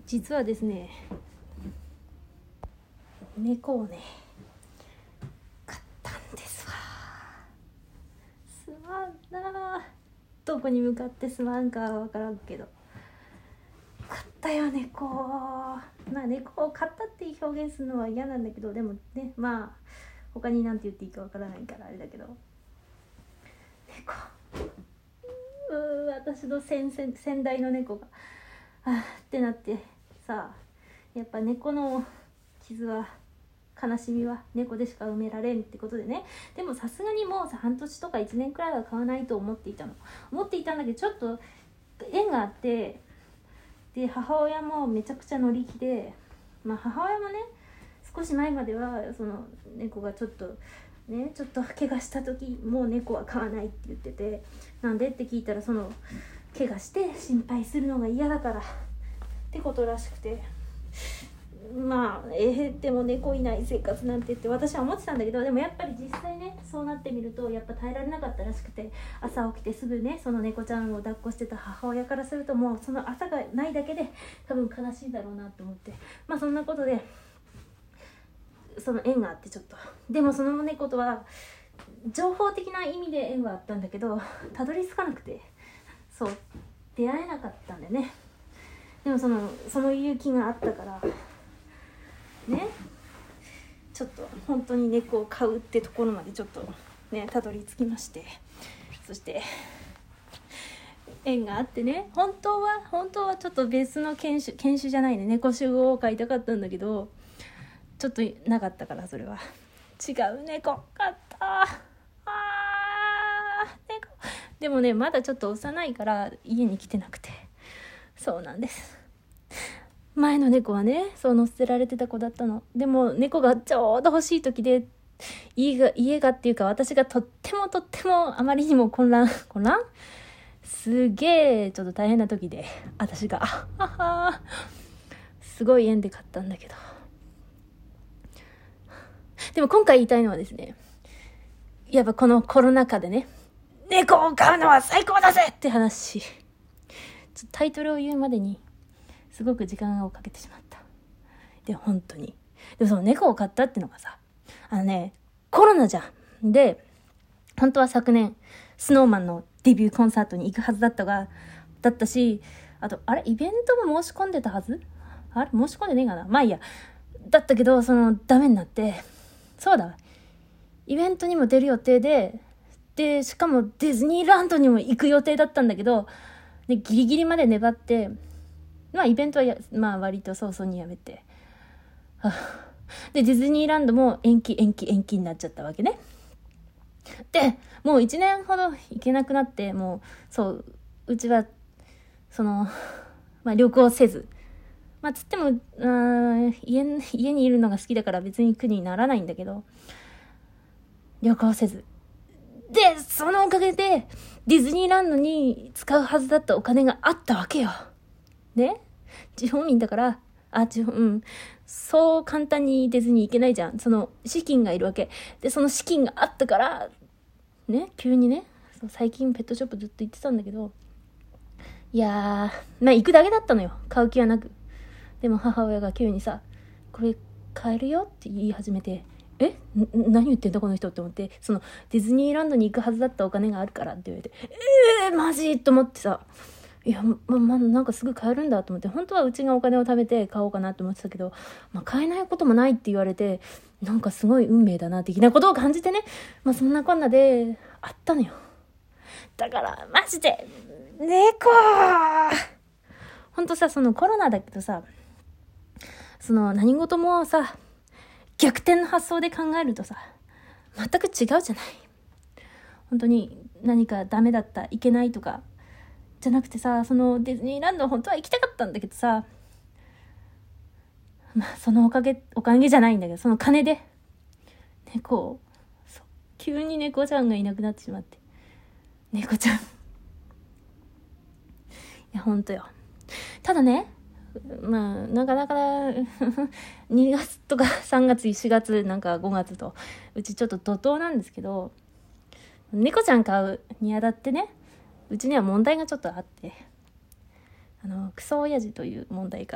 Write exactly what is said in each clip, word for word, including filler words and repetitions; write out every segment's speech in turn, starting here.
実はですね、猫をね買ったんですわ。すまんな、どこに向かってすまんかわからんけど買ったよ猫。まあ猫を買ったって表現するのは嫌なんだけど、でもね、まあ他に何て言っていいかわからないからあれだけど、猫、うー私の先先先代の猫があーってなってさ、やっぱ猫の傷は悲しみは猫でしか埋められんってことでね。でもさすがにもうさ半年とかいちねんくらいは買わないと思っていたの思っていたんだけど、ちょっと縁があって、で母親もめちゃくちゃ乗り気で、まあ母親もね少し前まではその猫がちょっとねちょっと怪我した時もう猫は飼わないって言ってて、なんでって聞いたら、その怪我して心配するのが嫌だからってことらしくて、まあえー、でも猫いない生活なんてって私は思ってたんだけど、でもやっぱり実際ねそうなってみるとやっぱ耐えられなかったらしくて、朝起きてすぐねその猫ちゃんを抱っこしてた母親からすると、もうその朝がないだけで多分悲しいだろうなと思って、まあそんなことでその縁があって、ちょっとでもその猫とは情報的な意味で縁はあったんだけど、たどり着かなくて、そう出会えなかったんだよね。でもそのそういう気があったからね、ちょっと本当に猫を飼うってところまでちょっとねたどり着きまして、そして縁があってね、本当は本当はちょっと別の犬種犬種じゃないね猫種を飼いたかったんだけど、ちょっとなかったから、それは違う猫買った。あー猫でもねまだちょっと幼いから家に来てなくて、そうなんです。前の猫はねそう乗せられてた子だったの。でも猫がちょうど欲しい時で、家が家がっていうか私がとってもとってもあまりにも混乱混乱すげえちょっと大変な時で、私があははすごい縁で買ったんだけど、でも今回言いたいのはですね、やっぱこのコロナ禍でね猫を飼うのは最高だぜって話、ちょっとタイトルを言うまでにすごく時間をかけてしまった。で本当にでもその猫を飼ったってのがさ、あのねコロナじゃん。で本当は昨年スノーマンのデビューコンサートに行くはずだったがだったし、あとあれイベントも申し込んでたはず、あれ申し込んでねえかな、まあいいやだったけど、そのダメになって、そうだイベントにも出る予定ででしかもディズニーランドにも行く予定だったんだけど、でギリギリまで粘って、まあイベントはや、まあ、割と早々にやめて、はあ、でディズニーランドも延期延期延期になっちゃったわけね。でもういちねんほど行けなくなって、もうそううちはその、まあ、旅行せず、まあつってもあ家家にいるのが好きだから別に苦にならないんだけど、旅行せずで、そのおかげでディズニーランドに使うはずだったお金があったわけよね。地方民だから、あ地方うんそう簡単にディズニー行けないじゃん。その資金がいるわけで、その資金があったからね、急にね、そう最近ペットショップずっと行ってたんだけど、いやーまあ行くだけだったのよ、買う気はなく。でも母親が急にさ、これ買えるよって言い始めて、え何言ってんだこの人って思って、そのディズニーランドに行くはずだったお金があるからって言われて、えーマジと思ってさ、いやままなんかすぐ買えるんだと思って、本当はうちがお金を貯めて買おうかなと思ってたけど、まあ、買えないこともないって言われて、なんかすごい運命だな的なことを感じてね、まあそんなこんなであったのよ。だからマジで猫ほんとさ、そのコロナだけどさ、その何事もさ逆転の発想で考えるとさ全く違うじゃない。本当に何かダメだった、いけないとかじゃなくてさ、そのディズニーランド本当は行きたかったんだけどさ、まあそのおかげおかげじゃないんだけど、その金で猫をそう急に猫ちゃんがいなくなってしまって、猫ちゃんいや本当よ。ただね、まあなかなかにがつとかさんがつしがつなんかごがつとうちちょっと怒涛なんですけど、猫ちゃん飼うにあたってね、うちには問題がちょっとあって、あのクソ親父という問題があ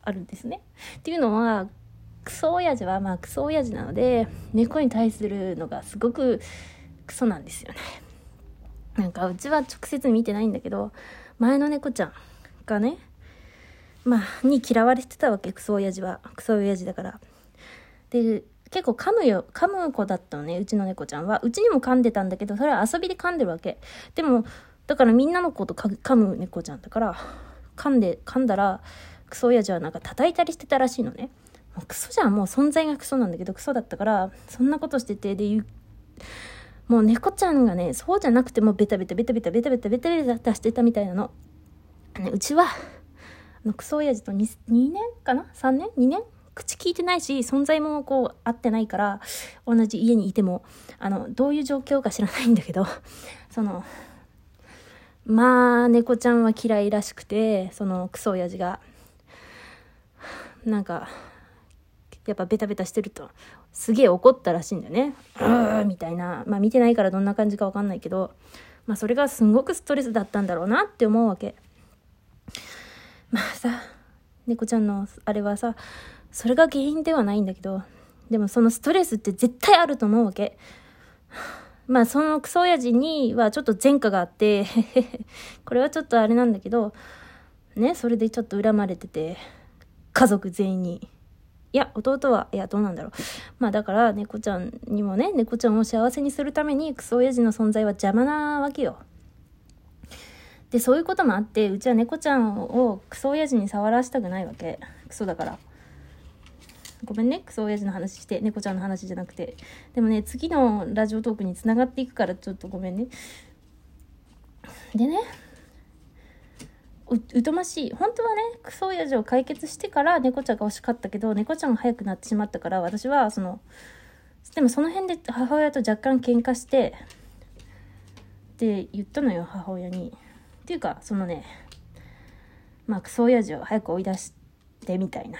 あるんですね。っていうのはクソ親父はまあクソ親父なので、猫に対するのがすごくクソなんですよね。なんかうちは直接見てないんだけど、前の猫ちゃんがね、まあに嫌われてたわけ、クソ親父は。クソ親父だから。で結構噛むよ噛む子だったのね、うちの猫ちゃんは。うちにも噛んでたんだけど、それは遊びで噛んでるわけ。でもだからみんなのこと噛む猫ちゃんだから、噛んで噛んだらクソ親父はなんか叩いたりしてたらしいのね。もうクソじゃん、もう存在がクソなんだけど、クソだったからそんなことしてて、でもう猫ちゃんがね、そうじゃなくてもベタベタベタベタベタベタベタベタベタしてたみたいなの。うちはあのクソ親父と 2, 2年かなさんねんにねん口聞いてないし、存在もこう合ってないから、同じ家にいてもあのどういう状況か知らないんだけど、そのまあ猫ちゃんは嫌いらしくて、そのクソ親父がなんかやっぱベタベタしてるとすげえ怒ったらしいんだよね。うーみたいな。まあ見てないからどんな感じか分かんないけど、まあそれがすごくストレスだったんだろうなって思うわけ。まあさ、猫ちゃんのあれはさ、それが原因ではないんだけど、でもそのストレスって絶対あると思うわけ。まあそのクソ親父にはちょっと前科があってこれはちょっとあれなんだけどね、それでちょっと恨まれてて、家族全員に。いや弟はいやどうなんだろう。まあだから猫ちゃんにもね、猫ちゃんを幸せにするためにクソ親父の存在は邪魔なわけよ。でそういうこともあって、うちは猫ちゃんをクソ親父に触らしたくないわけ。クソだから。ごめんね、クソ親父の話して猫ちゃんの話じゃなくて。でもね、次のラジオトークに繋がっていくからちょっとごめんね。でね、う, うとましい。本当はね、クソ親父を解決してから猫ちゃんが欲しかったけど、猫ちゃんが早くなってしまったから、私はそのでもその辺で母親と若干喧嘩してって言ったのよ、母親に。っていうかそのね、まあクソ親父を早く追い出してみたいな。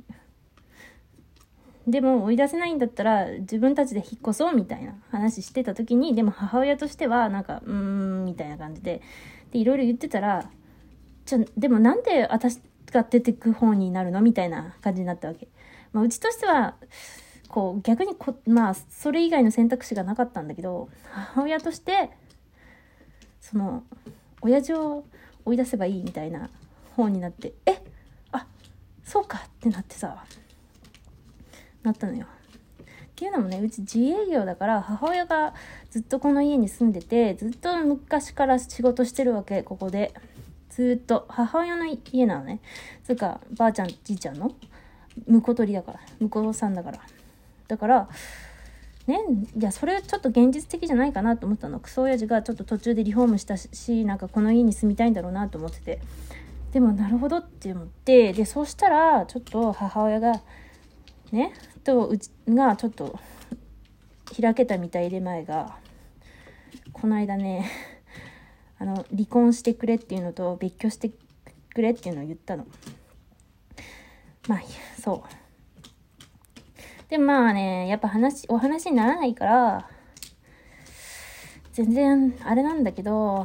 でも追い出せないんだったら自分たちで引っ越そうみたいな話してた時に、でも母親としてはなんかうーんみたいな感じででいろいろ言ってたら、じゃでもなんで私が出てく方になるのみたいな感じになったわけ。まあ、うちとしてはこう逆にこまあそれ以外の選択肢がなかったんだけど、母親としてその親父を追い出せばいいみたいな方になって、えあそうかってなってさ、なったのよ。っていうのもね、うち自営業だから、母親がずっとこの家に住んでて、ずっと昔から仕事してるわけ。ここでずっと母親の家なのね。つうかばあちゃんじいちゃんの婿取りだから、婿さんだからだからね、いやそれちょっと現実的じゃないかなと思ったの。クソ親父がちょっと途中でリフォームしたし、なんかこの家に住みたいんだろうなと思ってて、でもなるほどって思って、でそうしたらちょっと母親がねとうちがちょっと開けたみたいで、前がこの間ね、あの離婚してくれっていうのと別居してくれっていうのを言ったの。まあそうでもまあね、やっぱ話お話にならないから全然あれなんだけど、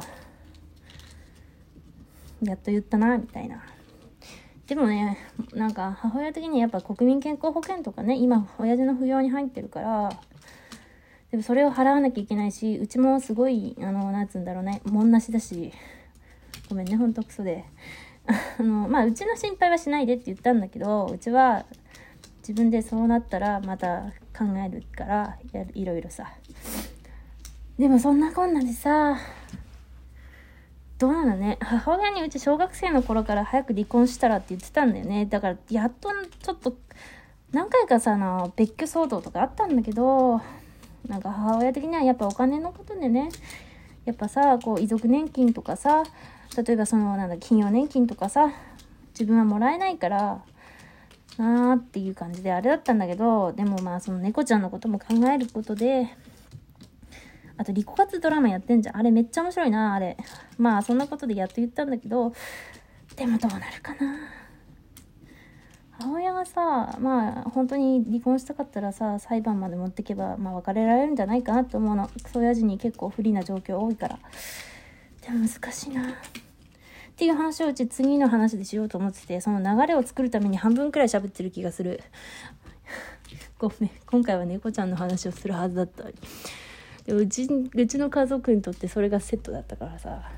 やっと言ったなみたいな。でもね、なんか母親的にやっぱ国民健康保険とかね、今親父の扶養に入ってるから、でもそれを払わなきゃいけないし、うちもすごいあのなんつうんだろうね、もんなしだし、ごめんねほんとクソであのまあうちの心配はしないでって言ったんだけど、うちは自分でそうなったらまた考えるからやる、いろいろさ。でもそんなこんなでさ、どうなのね、母親にうち小学生の頃から早く離婚したらって言ってたんだよね。だからやっとちょっと何回かさ、あの別居騒動とかあったんだけど、なんか母親的にはやっぱお金のことでね、やっぱさこう遺族年金とかさ、例えばそのなんだ金曜年金とかさ、自分はもらえないからなーっていう感じであれだったんだけど、でもまあその猫ちゃんのことも考えることで、あと離婚活ドラマやってんじゃん、あれめっちゃ面白いなあれ。まあそんなことでやっと言ったんだけど、でもどうなるかな。母親がさ、まあ本当に離婚したかったらさ、裁判まで持ってけばまあ別れられるんじゃないかなと思うの。クソ親父に結構不利な状況多いから。でも難しいな。 っていう話をうち次の話でしようと思ってて、その流れを作るために半分くらい喋ってる気がする。ごめん、今回は猫ちゃんの話をするはずだったのに。でうちうちの家族にとってそれがセットだったからさ。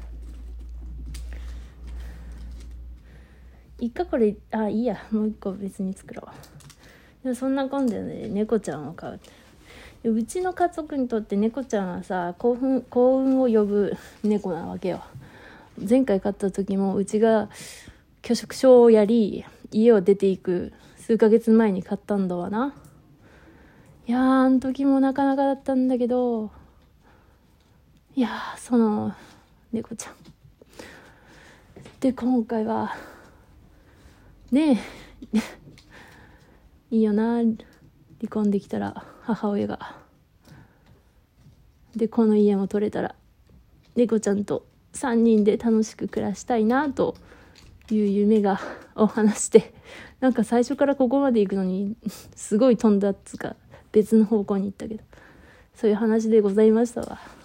いっかこれあいいや、もう一個別に作ろう。でもそんなこんでね、猫ちゃんを飼う。うちの家族にとって猫ちゃんはさ、幸運幸運を呼ぶ猫なわけよ。前回飼った時もうちが拒食症をやり家を出ていく数ヶ月前に飼ったんだわな。いやーあの時もなかなかだったんだけど、いやーその猫ちゃんで今回はねえいいよな、離婚できたら母親がでこの家も取れたら猫ちゃんとさんにんで楽しく暮らしたいなという夢がを話して、なんか最初からここまで行くのにすごい飛んだっつか別の方向に行ったけど、そういう話でございましたわ。